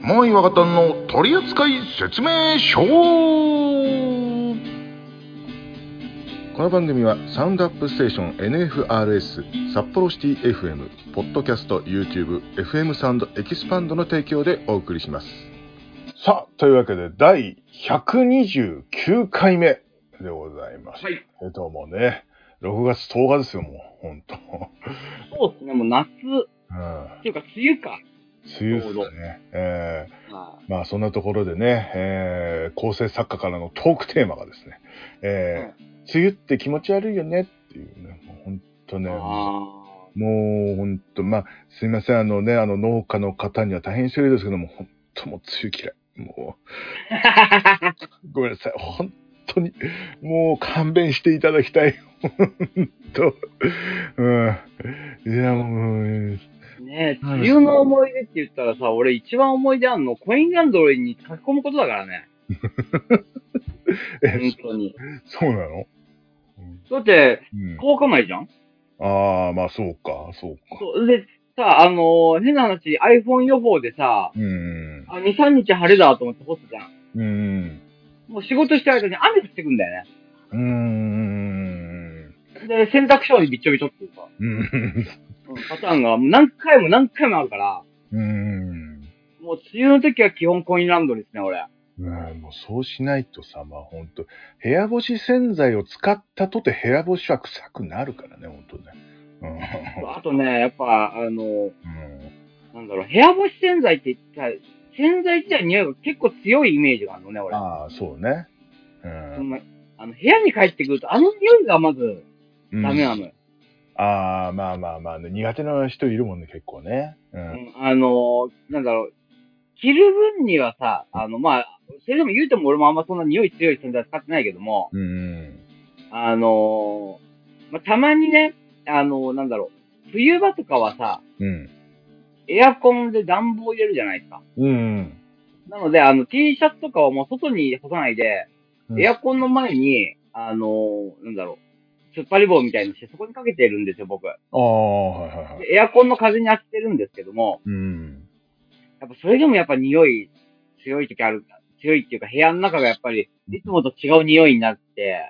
もう岩方の取扱説明書。この番組はサウンドアップステーション NFRS 札幌シティ FM ポッドキャスト YouTube FM サウンドエキスパンドの提供でお送りします。さあ、というわけで第129回目でございます。 はい。 もうね、6月10日ですよ、もう本当。 そうですね、もう夏、っていうか梅雨か。 梅雨ですね。まあそんなところでね、構成作家からのトークテーマがですね、梅雨って気持ち悪いよねっていうね、もう本当ね、もう本当、まあすいません、農家の方には大変失礼ですけども、本当もう梅雨嫌い。もう、ごめんなさい、本当に、もう勘弁していただきたい。本当、いやもう、 ねえ、梅雨の思い出って言ったらさ、俺一番思い出あんの、コインランドリーに書き込むことだからね。本当に。 そうなの？ だって、乾かないじゃん？ ああ、まあそうか。 そう。で、さ、変な話、iPhone 予報でさ、2、3日晴れだと思って干すじゃん。もう仕事してる間に雨降ってくんだよね。で、洗濯槽にびっちょびちょっていうか。パターンが何回もあるから。もう梅雨の時は基本コインランドリーですね、俺。 もうそうしないとさ、まあほんと、部屋干し洗剤を使ったとて部屋干しは臭くなるからね、ほんとね。 あとね、やっぱ、なんだろう、部屋干し洗剤って言ったら、洗剤自体匂いが結構強いイメージがあるのね、俺。 ああ、そうね。 部屋に帰ってくると、匂いがまず、ダメなのよ。 ああ、まあね、苦手な人いるもんね、結構ね。 なんだろう、着る分にはさ、まあ、それでも言うても俺もあんまそんな匂い強い洗剤使ってないけども、まあ、たまにね、なんだろう、冬場とかはさ、エアコンで暖房入れるじゃないですか。なので、T シャツとかはもう外に干さないで、エアコンの前に、なんだろう、突っ張り棒みたいにしてそこにかけてるんですよ、僕。エアコンの風に当ててるんですけども、やっぱそれでもやっぱ匂い強い時ある、強いっていうか部屋の中がやっぱりいつもと違う匂いになって、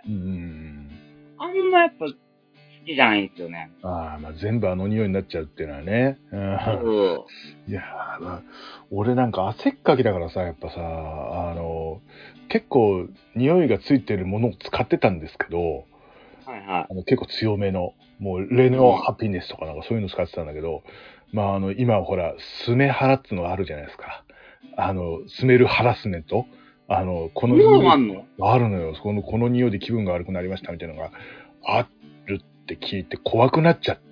あんまやっぱ好きじゃないんですよね。 まあ全部匂いになっちゃうっていうのはね。いやー、俺なんか汗っかきだからさ、やっぱさ、結構匂いがついてるものを使ってたんですけど、結構強めの、もうレノハピネスとかなんかそういうの使ってたんだけど、まあ今ほら、スメハラっていうのがあるじゃないですか。スメルハラスメント。この匂いあんの？ あるのよ。この匂いで気分が悪くなりましたみたいなのがあるって聞いて怖くなっちゃって。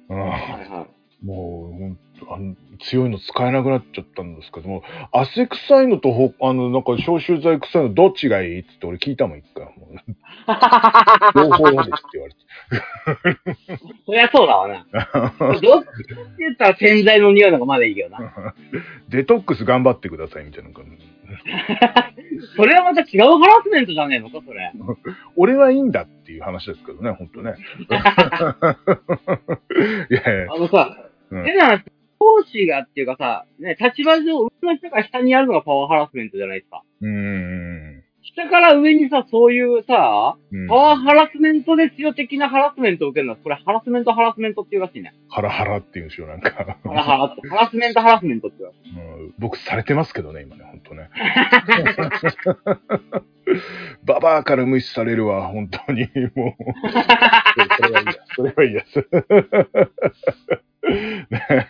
もう強いの使えなくなっちゃったんですけども、汗臭いのとなんか消臭剤臭いのどっちがいいって俺聞いたもん、一回。両方嫌ですって言われて。 そりゃそうだわな。どっちかって言ったら洗剤の匂いの方がまだいいけどな。 デトックス頑張ってくださいみたいな感じ。 それはまた違うハラスメントじゃねえのか、それ。 俺はいいんだっていう話ですけどね、ほんとね。いやいや。 変な話、講師がっていうかさ、ね、立場上、上の人が下にやるのがパワーハラスメントじゃないですか。下から上にさ、そういうさ、パワーハラスメントですよ的なハラスメントを受けるのは、これハラスメントっていうらしいね。 ハラハラっていうんですよ、なんか。 ハラスメントっていうらしい。 僕されてますけどね、今ね、ほんとね。ババアから無視されるわ、本当に、もう。それはいいや。ね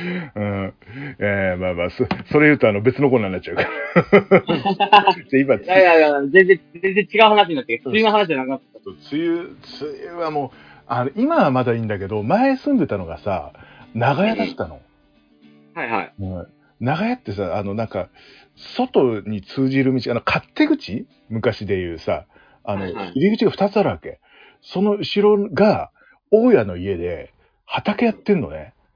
まあ、それ言うと別のコーナーになっちゃうから。 今いや、全然違う話になって、梅雨の話じゃなかった。 梅雨はもう、今はまだいいんだけど、前住んでたのがさ、長屋だったの。長屋ってさ、なんか、外に通じる道、勝手口昔で言うさ、入り口が2つあるわけ。その後ろが、大家の家で、畑やってんのね。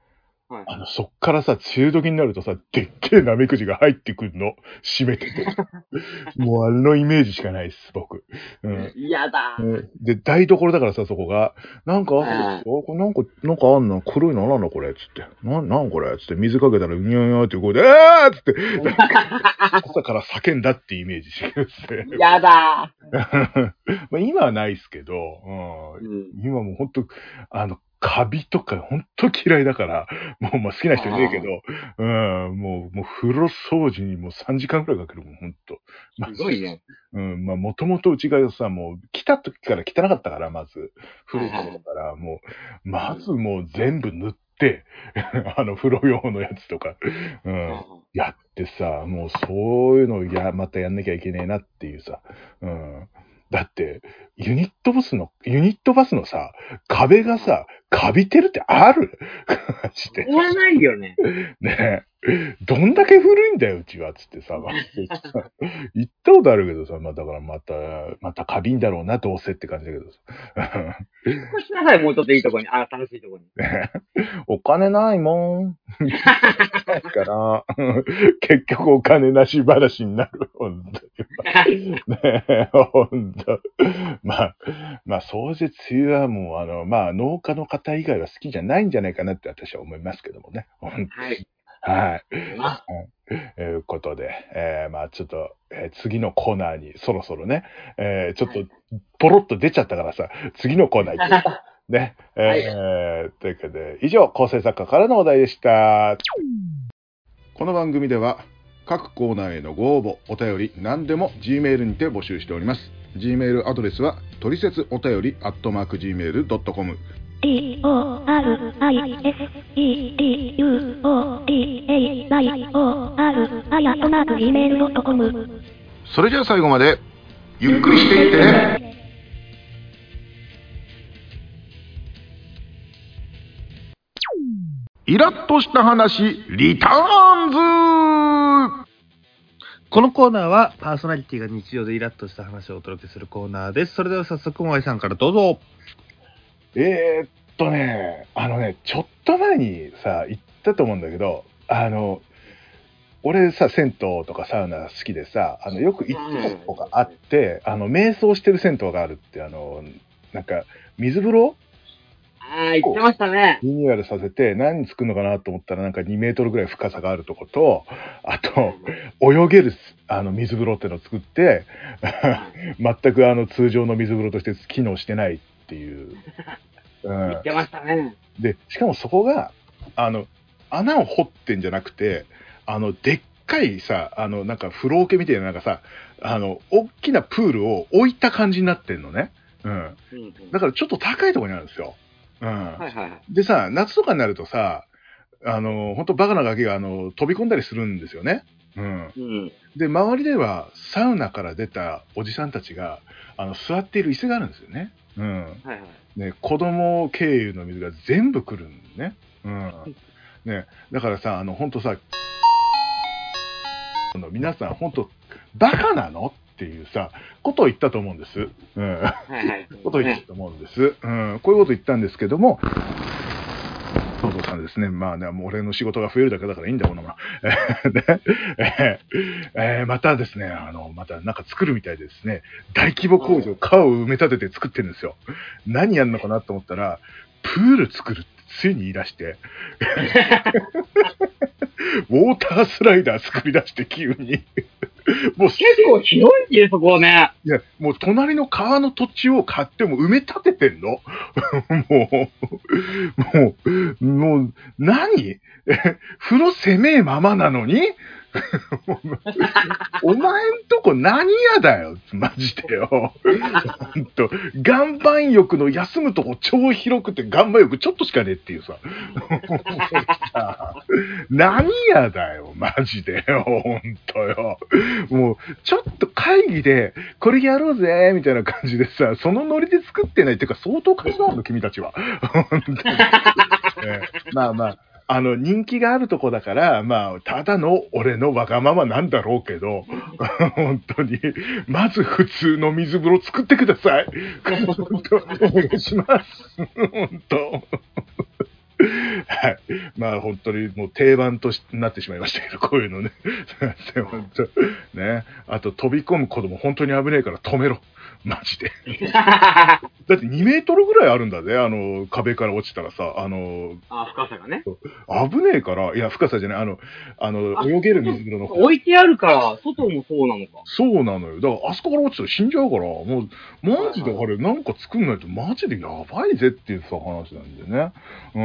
そっからさ、梅雨時になるとさ、でっけえナメクジが入ってくるの。閉めてて。もうイメージしかないです、僕。 嫌だ。 で、台所だからさ、そこが。なんかあんの黒いのなんだこれつって。なんこれつって水かけたら、うにゃうにゃってこうで、つって。朝から叫んだってイメージしてるんですね。 嫌だ。 まあ今はないですけど、今もうほんと、カビとかほんと嫌いだから、もうまあ好きな人いねえけど、もう風呂掃除にもう3時間くらいかけるもん、ほんと。 すごいね。 まあもともとうちがさ、もう来た時から汚かったから、まず。風呂だから、もう、まずもう全部塗って、風呂用のやつとか、やってさ、もうそういうのをまたやんなきゃいけねえなっていうさ、だって、ユニットバスのさ、壁がさ、カビてるってあるして。言わないよね。 ねえ。どんだけ古いんだよ、うちは、つってさ。言ったことあるけどさ、まあだからまたカビんだろうな、どうせって感じだけどさ。 引っ越しなさい、もうちょっといいとこに。楽しいとこに。 お金ないもん。ないから、結局お金なし話になる。ほんとに。ねえ、ほんと。まあ、掃除、梅雨はもう、農家の方以外は好きじゃないんじゃないかなって私は思いますけどもね。 はい。 はい。ということで、ちょっと、次のコーナーにそろそろね、ちょっと、ポロッと出ちゃったからさ、次のコーナー行って。ね。ということで、以上、構成作家からのお題でした。この番組では、各コーナーへのご応募、お便り、何でも Gmail にて募集しております。Gmail アドレスは、トリセツお便り@gmail.com。それじゃあ最後までゆっくりしていってね。イラッとした話リターンズ。 このコーナーはパーソナリティが日常でイラッとした話をお届けするコーナーです。それでは早速、もえさんからどうぞ。 ちょっと前にさ、言ったと思うんだけど、俺さ、銭湯とかサウナ好きでさ、よく行ったとこがあって、瞑想してる銭湯があるって、なんか、水風呂言ってましたね。 リニューアルさせて、何作るのかなと思ったら、なんか2メートルぐらい深さがあるとこと、あと、泳げる、水風呂ってのを作って、全く通常の水風呂として機能してないっていう。 言ってましたね。 で、しかもそこが、穴を掘ってんじゃなくて、でっかいさ、なんか風呂桶みたいな、なんかさ、大きなプールを置いた感じになってんのね。だからちょっと高いところにあるんですよ。でさ、夏とかになるとさ、ほんとバカなガキが飛び込んだりするんですよね。で、周りではサウナから出たおじさんたちが、座っている椅子があるんですよね。ね、子供経由の水が全部来るんね。ね、だからさ、ほんとさ、皆さんほんとバカなのっていうさ、ことを言ったと思うんです。ことを言ったと思うんです。こういうこと言ったんですけども、東堂さんですね。まあね、もう俺の仕事が増えるだけだからいいんだものな。またですね、またなんか作るみたいでですね、大規模工場、川を埋め立てて作ってるんですよ。何やんのかなと思ったら、プール作るってついに言い出して、ウォータースライダー作り出して急に。 もう結構広いんですそこね。 いや、もう隣の川の土地を買っても埋め立ててんのもう、何風呂狭えままなのにお前んとこ何やだよ、マジでよ。ほんと、岩盤浴の休むとこ超広くて岩盤浴ちょっとしかねえっていうさ。何やだよ、マジでよ、ほんとよ。もう、ちょっと会議で、これやろうぜ、みたいな感じでさ、そのノリで作ってないっていうか、相当数あるの、君たちは。本当にまあまあ。人気があるとこだから、まあ、ただの俺のわがままなんだろうけど、本当に、まず普通の水風呂作ってください。お願いします。本当。ははい。まあ本当にもう定番となってしまいましたけど、こういうのね。本当ね。あと飛び込む子供本当に危ねえから止めろ。マジで。だって2メートルぐらいあるんだぜ、壁から落ちたらさ、 深さがね。 危ねえから、いや、深さじゃない、泳げる水風呂の。 置いてあるから、外もそうなのか。 そうなのよ。だから、あそこから落ちたら死んじゃうから、もう、マジであれ、なんか作んないと、マジでやばいぜっていうさ、話なんでね。うん。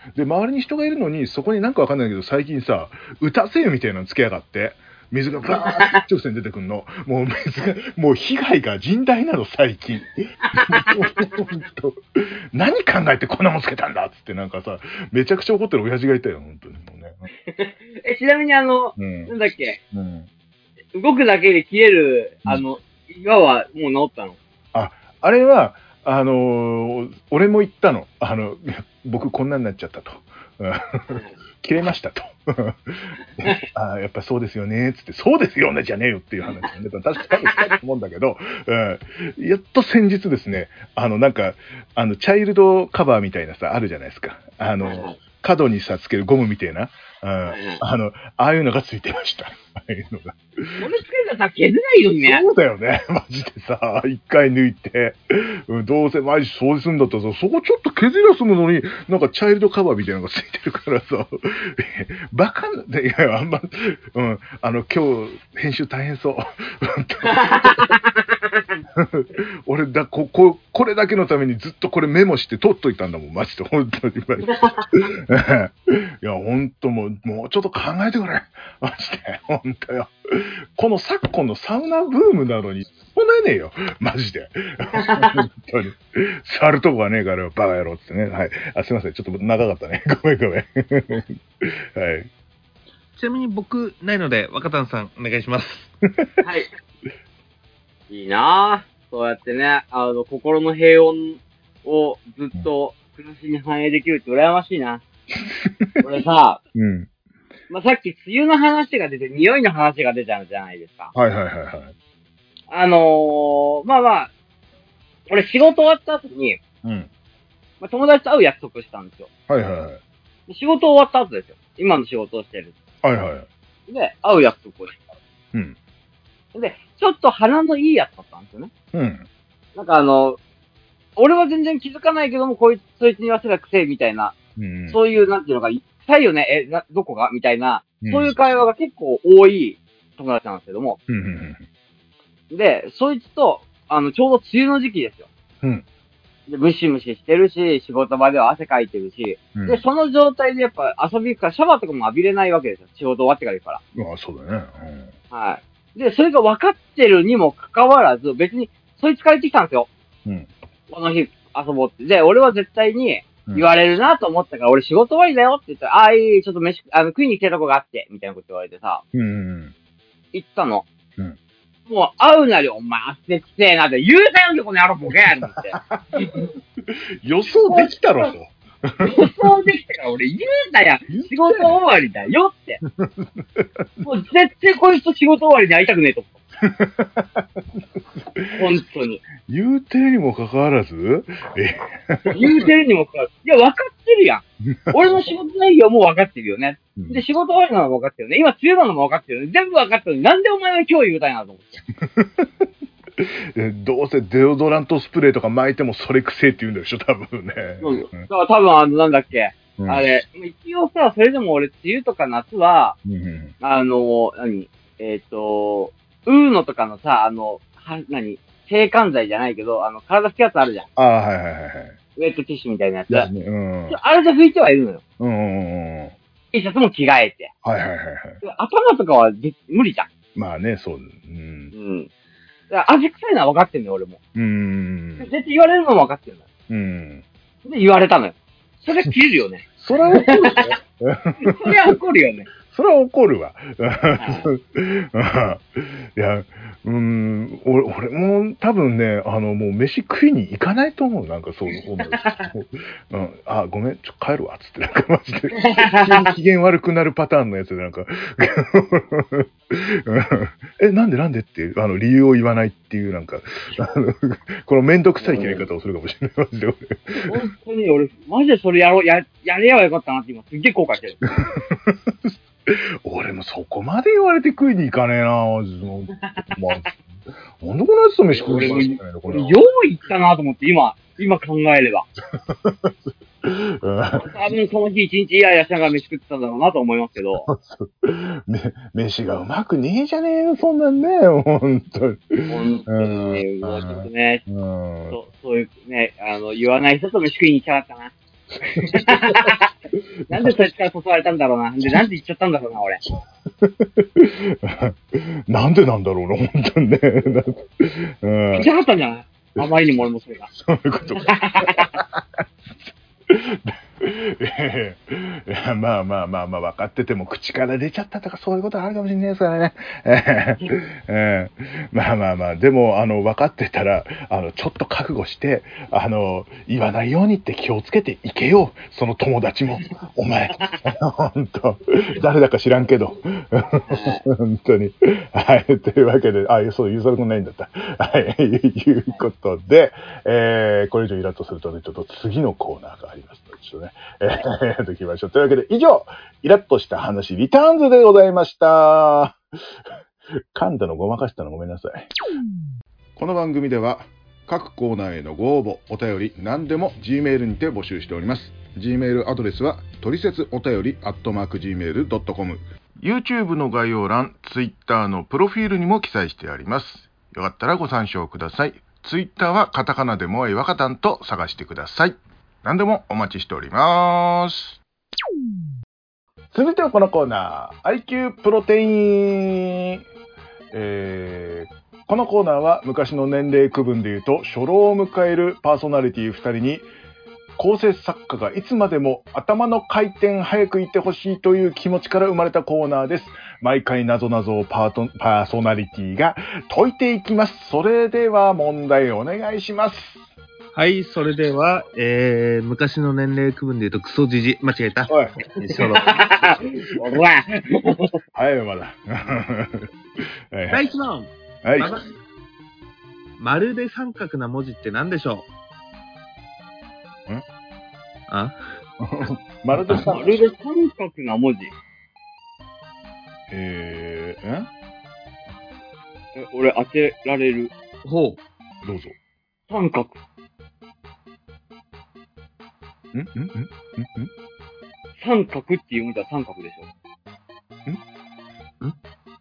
で、周りに人がいるのに、そこになんかわかんないけど、最近さ、歌せよみたいなのつけやがって、水がバーッと直線出てくんの。もう水が、もう被害が甚大なの、最近。何考えてこんなもんつけたんだっつってなんかさ、めちゃくちゃ怒ってる親父がいたよ、本当にもうね。 ちなみになんだっけ、動くだけで消える、岩はもう治ったの？ あれは、俺も言ったの。僕こんなになっちゃったと。切れましたと。やっぱそうですよね、つって、そうですよね、じゃねえよっていう話なんで、確かにしたと思うんだけど、やっと先日ですね、なんか、チャイルドカバーみたいなさ、あるじゃないですか。角にさ、つけるゴムみたいな。ああいうのがついてました。ああいうのが。 それつけたら削れないよね。 そうだよね。マジでさ、一回抜いて、どうせ毎日掃除するんだったらさ、そこちょっと削りゃ済むのに、なんかチャイルドカバーみたいなのがついてるからさ、バカな、いや、あんま、今日、編集大変そう。俺これだけのためにずっとこれメモして撮っといたんだもん、マジで、本当に。いや、本当もうちょっと考えてくれ。マジで、本当よ。この昨今のサウナブームなのに、そんなねえよ。マジで。本当に。触るとこがねえからよ、バカ野郎ってね。はい。すいません。ちょっと長かったね。ごめん。はい。 ちなみに僕、ないので、若旦さん、お願いします。 はい。いいなぁ。そうやってね、心の平穏をずっと暮らしに反映できるって羨ましいな。俺さ、まあ、さっき梅雨の話が出て、匂いの話が出たじゃないですか。 はい。 まあ、俺仕事終わった後に、まあ、友達と会う約束したんですよ。 はい。 仕事終わった後ですよ。今の仕事をしてる。 はい。 で、会う約束をした。で、ちょっと鼻のいいやつだったんですよね。なんか俺は全然気づかないけども、そいつに言わせたくせえみたいな、そういう、なんていうのか、臭いよね、どこがみたいな、そういう会話が結構多い友達なんですけども。で、そいつと、ちょうど梅雨の時期ですよ。で、ムシムシしてるし、仕事場では汗かいてるし、で、その状態でやっぱ遊び行くから、シャワーとかも浴びれないわけですよ。仕事終わってから行くから。 ああ、そうだね。 はい。で、それが分かってるにもかかわらず、別に、そいつ帰ってきたんですよ。この日遊ぼうって。で、俺は絶対に言われるなと思ったから、俺仕事終わりだよって言ったら、いい、ちょっと飯、食いに来てるとこがあって、みたいなこと言われてさ、行ったの。もう、会うなり、お前、汗くせえなって、言うたよんけ、この野郎ボケって。 予想できたろ、と。 予想できたから、俺言うたやん。仕事終わりだよって。もう、絶対こいつと仕事終わりに会いたくねえと思った。本当に。 言うてるにもかかわらず言うてるにもかかわらず。いや、分かってるやん。俺の仕事内容も分かってるよね。で、仕事終わりなのも分かってるよね。今、梅雨なのも分かってるよね。全部分かってるのに、なんでお前は今日言うたんやなと思って。 どうせデオドラントスプレーとか巻いてもそれくせえって言うんでしょ、多分ね。 だから多分なんだっけ。あれ、一応さ、それでも俺、梅雨とか夏は、ウーノとかのさ、制汗剤じゃないけど、体拭くやつあるじゃん。 はい。 ウェットティッシュみたいなやつ。あれで拭いてはいるのよ。T シャツも着替えて。 はい。 頭とかは無理じゃん。 まあね、そう。 味臭いのは分かってんのよ、俺も。絶対言われるのも分かってるのよ。で、言われたのよ。それ切るよね。 それは怒るよね。 それは怒るよね。 それは怒るわ。いや、俺も多分ね、もう飯食いに行かないと思う。なんかそう思う。あ、ごめん、帰るわ、つって、なんかマジで、機嫌悪くなるパターンのやつで、なんか、なんでっていう、理由を言わないっていう、なんか、このめんどくさい切り方をするかもしれない。マジで俺。 本当に俺、マジでそれやればよかったなって今すっげえ後悔してる。 俺もそこまで言われて食いに行かねえなマジで。まあ、なんでこのやつと飯食いに行かないのこれ。 よう行ったなと思って、今考えれば。多分その日一日イライラしながら飯食ってたんだろうなと思いますけど。 飯がうまくねえじゃねえよ、そんなんね、ほんとに。 本当に、もうちょっとね、そういうね、言わない人と飯食いに行きたかったな。なんでそいつから誘われたんだろうな。で、なんで行っちゃったんだろうな、俺。 なんでなんだろうな、本当にね。 行きたかったんじゃない？あまりにも俺もそれが。 そういうことか。いやまあ、分かってても口から出ちゃったとかそういうことあるかもしれないですからね。まあ、でも、分かってたら、ちょっと覚悟して、言わないようにって気をつけていけよう。その友達も。お前。本当誰だか知らんけど。本当に。はい。というわけで、そう、ゆうさるくんないんだった。はい。いうことで、これ以上イラッとするとね、ちょっと次のコーナーがありますので、ちょっとね、やっていきましょう。というわけで、以上、イラッとした話、リターンズでございました。噛んだのごまかしたのごめんなさい。この番組では、各コーナーへのご応募、お便り、何でも Gmail にて募集しております。Gmail アドレスは、トリセツお便り@gmail.com。YouTube の概要欄、Twitter のプロフィールにも記載してあります。よかったらご参照ください。Twitter はカタカナでもえわかたんと探してください。何でもお待ちしております。続いてはこのコーナー、IQ プロテイン。このコーナーは昔の年齢区分でいうと初老を迎えるパーソナリティ2人に構成作家がいつまでも頭の回転早くいってほしいという気持ちから生まれたコーナーです。毎回謎をパーソナリティが解いていきます。それでは問題お願いします。 はい、それでは、昔の年齢区分で言うとクソジジ。間違えた。 おい。 おら。 はい、まだ。 第1問。 はい。 まるで三角な文字って何でしょう？ まるで三角な文字。俺当てられる。 ほう。どうぞ。 三角。三角っていう文字は三角でしょ。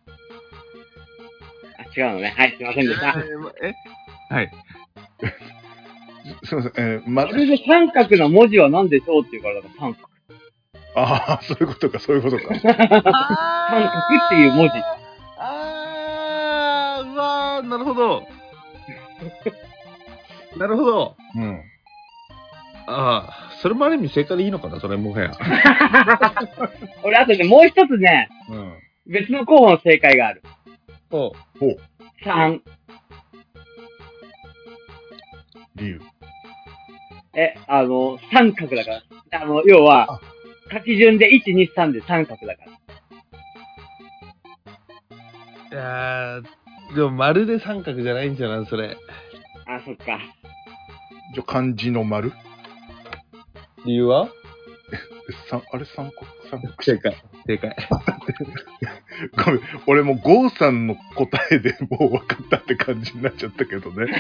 違うのね。はい、すいませんでした。 はい。 すいません。 まるで三角な文字は何でしょうっていうから、だから三角。 ああ、そういうことか。三角っていう文字。 うわー、なるほど。なるほど。 うん。 ああ、それもある意味正解でいいのかな、それもはや。 俺、あとね、もう一つね、別の候補の正解がある。 ほう。 3。 理由。 三角だから。要は、書き順で1、2、3で三角だから。 いやー、でもまるで三角じゃないんじゃないそれ。 あ、そっか。 じゃ、漢字の丸？ 理由は？ 三角。 正解。 ごめん、俺もゴーさんの答えでもう分かったって感じになっちゃったけどね。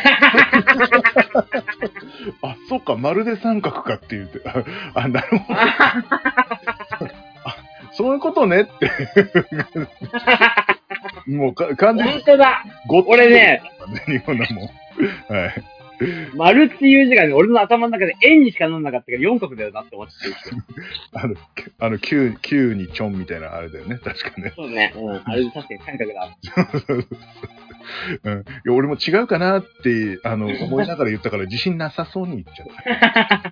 あ、そうか、まるで三角かって言って、なるほど。そういうことねって。もう完全に。 本当だ。俺ね、 日本だもん。はい。 丸っていう字がね、俺の頭の中で円にしかなんなかったから四角だよなって思ってて。Q にチョンみたいなあれだよね、確かね。 そうね。あれ確かに三角だ。 いや俺も違うかなって思いながら言ったから自信なさそうに言っちゃった。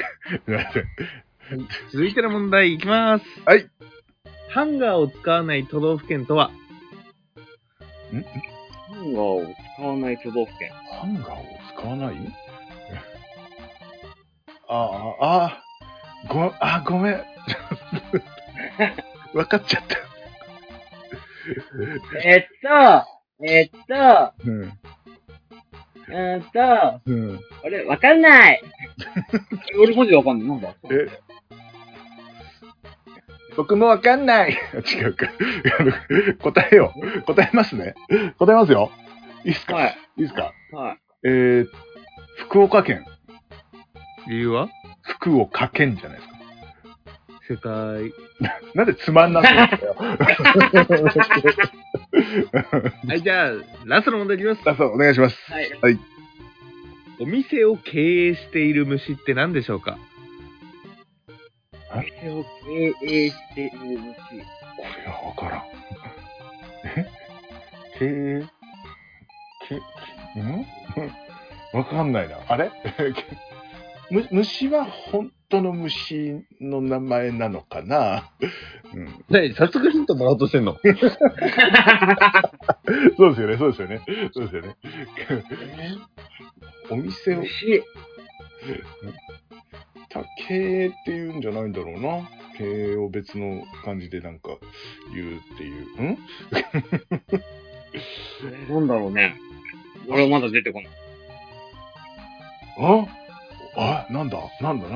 続いての問題いきます。 はい。 ハンガーを使わない都道府県とは？ ハンガーを使わない都道府県。 ハンガーを使わない？ごめん。わかっちゃった。 あれ、わかんない。俺マジでわかんない。なんだ？ 僕もわかんない。違うか。答えますね。答えますよ。いいっすか？はい。いいっすか？はい。福岡県。 理由は？ 福岡県じゃないですか。 正解。 なんでつまんなそうなんだよ。 はい、じゃあ、ラストの問題いきます。 ラストお願いします。はい。はい。 お店を経営している虫って何でしょうか？ お店を経営している虫。これはわからん。わかんないな。あれ虫は本当の虫の名前なのかな？ 早速ヒントもらおうとしてんの？ そうですよね。お店を経営って言うんじゃないんだろうな。経営を別の感じでなんか言うっていう。 なんだろうね。俺はまだ出てこない。 なんだ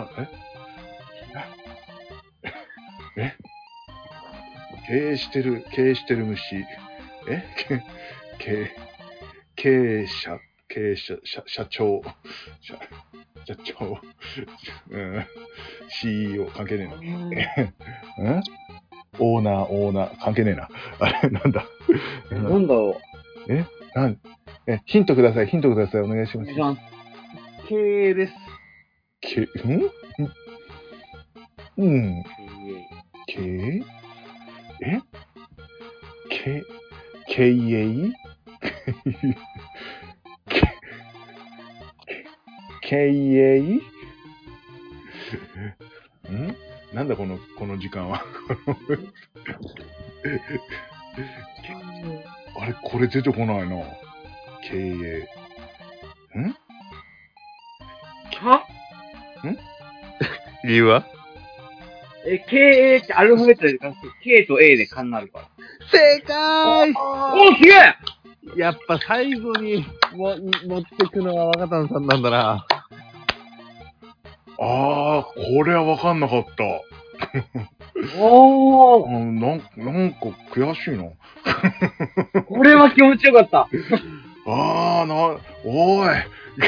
経営してる虫。経営者、社長。CEO 関係ねえな。オーナー関係ねえな。あれなんだ。 なんだろう。ヒントください。お願いします。 経営です。 経営経営なんだこの時間は。あれ、これ出てこないな。経営。 理由は？ 経営ってアルファベットで書くと K と A で勘になるから。 正解！ お、すげえ！ やっぱ最後に持ってくのは若田さんなんだな。 これは分かんなかった。なんか悔しいな。 これは気持ちよかった。 おい。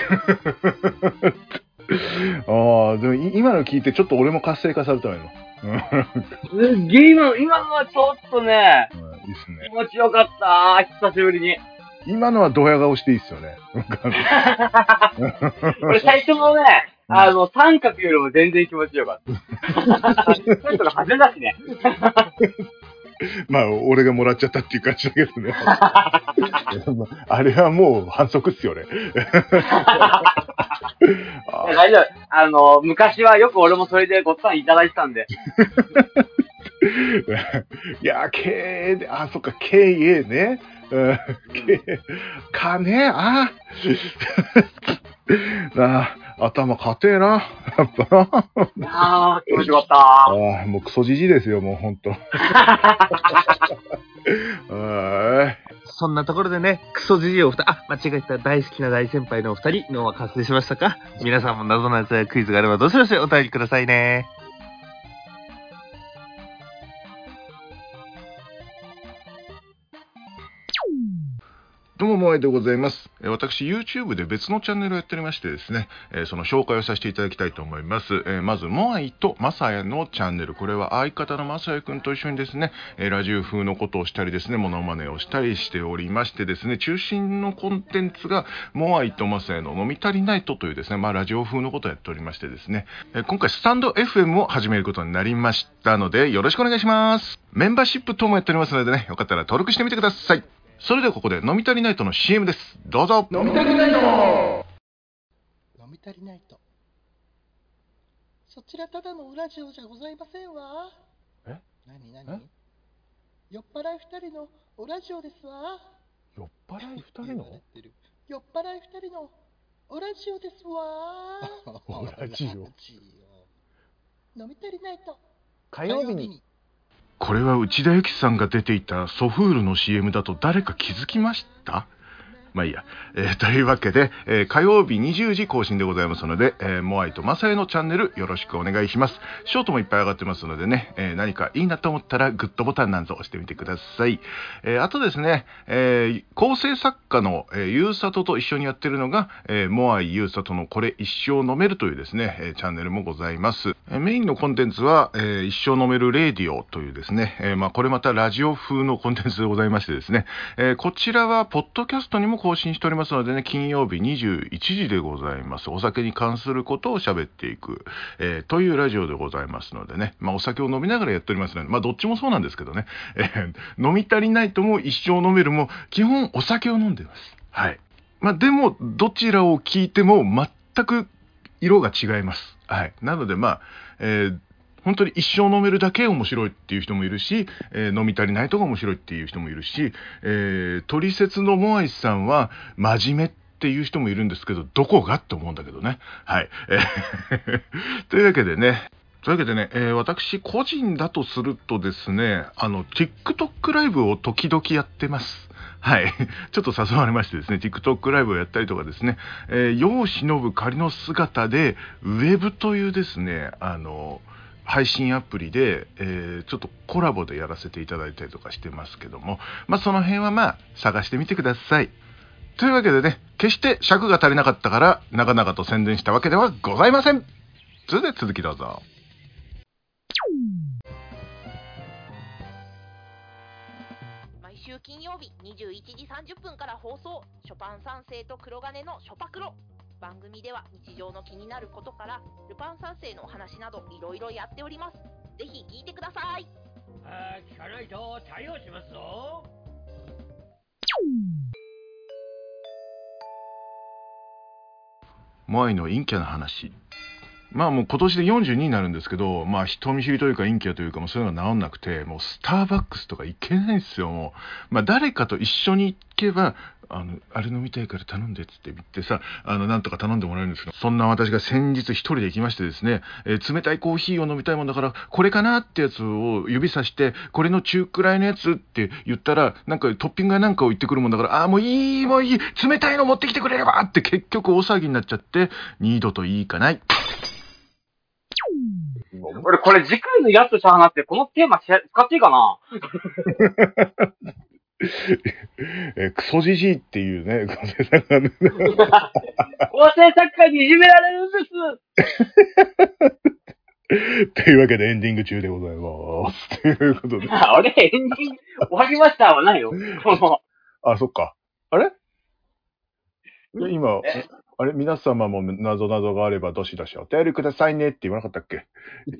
でも今の聞いてちょっと俺も活性化されたわよ。 すげえ今のはちょっとね、 いいっすね。 気持ちよかった。久しぶりに。 今のはドヤ顔していいっすよね。 俺最初のね、三角よりも全然気持ちよかった。ちょっと外れだしね。 まあ、俺がもらっちゃったっていう感じだけどね。あれはもう反則っすよね。 大丈夫。昔はよく俺もそれでごっつぁんいただいてたんで。 いや、経営で、そっか、経営ね。金頭固えな。やっぱな。気持ちよかった。 もうクソじじいですよ、もうほんと。 そんなところでね、クソじじいお二人、間違えた大好きな大先輩のお二人、脳は活性しましたか？皆さんも謎のやつやクイズがあればどしどしお便りくださいね。 どうも、もあいでございます。私、YouTube で別のチャンネルをやっておりましてですね、その紹介をさせていただきたいと思います。まず、もあいとまさやのチャンネル。これは相方のまさやくんと一緒にですね、ラジオ風のことをしたりですね、モノマネをしたりしておりましてですね、中心のコンテンツが、もあいとまさやの飲み足りないとというですね、ラジオ風のことをやっておりましてですね、今回、スタンド FM を始めることになりましたので、よろしくお願いします。メンバーシップ等もやっておりますのでね、よかったら登録してみてください。それではここで飲み足りないとの CM です。どうぞ。飲み足りないと。 飲み足りないと。そちらただのウラジオじゃございませんわ。 え？ 何？ 酔っ払い二人のおラジオですわ。 酔っ払い二人の酔っ払い二人のおラジオですわ。 おラジオ。 飲み足りないと。 火曜日に。これは内田有紀さんが出ていたソフールの CM だと誰か気づきました？まあいいや。というわけで、火曜日20時更新でございますので、モアイとマサエのチャンネルよろしくお願いします。ショートもいっぱい上がってますのでね、何かいいなと思ったらグッドボタンなんぞ押してみてください。あとですね、構成作家の、ゆうさとと一緒にやってるのが、モアイゆうさとのこれ一生飲めるというですね、チャンネルもございます。メインのコンテンツは、一生飲めるレディオというですね、まあこれまたラジオ風のコンテンツでございましてですね、こちらはポッドキャストにも更新しておりますのでね、金曜日21時でございます。お酒に関することを喋っていく、というラジオでございますのでね、まあお酒を飲みながらやっておりますので、まあどっちもそうなんですけどね、飲み足りないとも一生飲めるも基本お酒を飲んでます。はい。まあでもどちらを聞いても全く色が違います。はい。なのでまあ、本当に一生飲めるだけ面白いっていう人もいるし、飲み足りないとが面白いっていう人もいるし、トリセツのモアイさんは真面目っていう人もいるんですけど、どこがって思うんだけどね。はい。というわけでね、私個人だとするとですね、TikTok ライブを時々やってます。はい。ちょっと誘われましてですね、TikTok ライブをやったりとかですね、世を忍ぶ仮の姿で、ウェブというですね、配信アプリで、ちょっとコラボでやらせていただいたりとかしてますけども、まあその辺はまあ探してみてください。というわけでね、決して尺が足りなかったから長々と宣伝したわけではございません。それでは続きどうぞ。 毎週金曜日21時30分から放送、ショパン三世と黒金のショパクロ。番組では日常の気になることからルパン三世のお話などいろいろやっております。ぜひ聞いてください。 聞かないと対応しますぞ。 モアイの陰キャの話。まあもう今年で42になるんですけど、まあ人見知りというか陰キャというかもうそういうのが治んなくて、もうスターバックスとか行けないんですよ、もう。まあ誰かと一緒に行けば、あれ飲みたいから頼んでっつって言ってさ、なんとか頼んでもらえるんですけど、そんな私が先日一人で行きましてですね、冷たいコーヒーを飲みたいもんだから、これかなってやつを指さして、これの中くらいのやつって言ったら、なんかトッピングやなんかを言ってくるもんだから、もういい、冷たいの持ってきてくれればって結局大騒ぎになっちゃって、二度といいかない。 俺これ次回のやつと話してこのテーマ使っていいかなクソじじいっていうね、構成作家構成作家にいじめられるんですというわけでエンディング中でございます。ということで。 あれエンディング終わりましたはないよ。 あ、そっか。あれ今、あれ皆様も謎々があればどしどしお便りくださいねって言わなかったっけ？ 言った。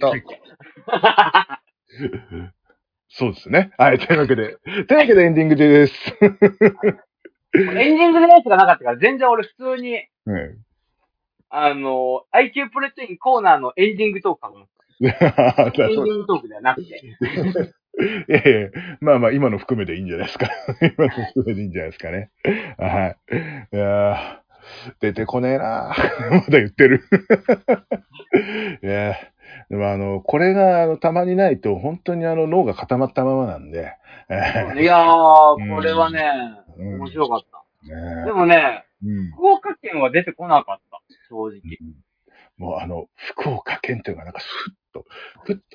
そうですね。はい、というわけでエンディングです。 エンディングのやつがなかったから、全然俺普通に、IQ プレテインコーナーのエンディングトークかと思った。エンディングトークではなくて。 いやいや、まあまあ今の含めていいんじゃないですか。今の含めていいんじゃないですかね。はい。いや出てこねえなまだ言ってる。いやでもこれがたまにないと本当に脳が固まったままなんで。 いやー、これはね、面白かった。でもね、福岡県は出てこなかった、正直。 もう福岡県っていうのがなんかふっと、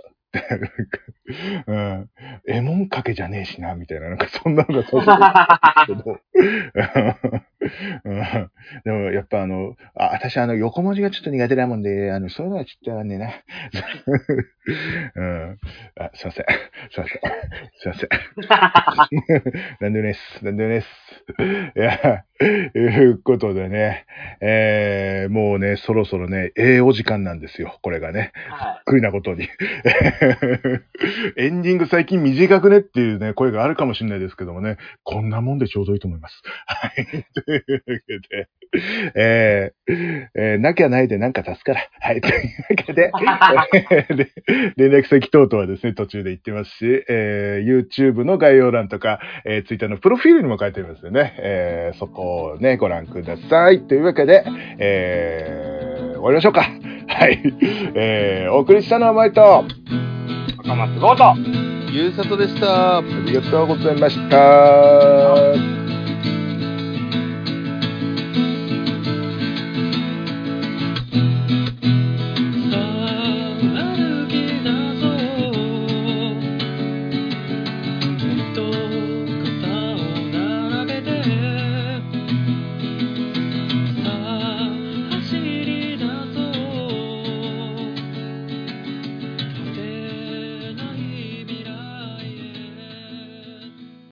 えもんかけじゃねえしな、みたいな、なんかそんなのがそうですけど。でもやっぱ私横文字がちょっと苦手だもんで、そういうのはちょっとわかんねえな。すいません。なんでもねっす。いや、 いうことでね、もうね、そろそろね、お時間なんですよ、これがね。 はい。 悔いなことに。エンディング最近短くねっていうね、声があるかもしれないですけどもね、こんなもんでちょうどいいと思います。はい。というわけで、なきゃないでなんか足すから。はい。というわけで、連絡先等々はですね、途中で言ってますし、YouTube の概要欄とか、Twitter のプロフィールにも書いてありますよね。そこをね、ご覧ください。というわけで、終わりましょうか。はい。お送りしたのはマイト。 赤松ゴート。 ゆうさとでした。 ありがとうございました。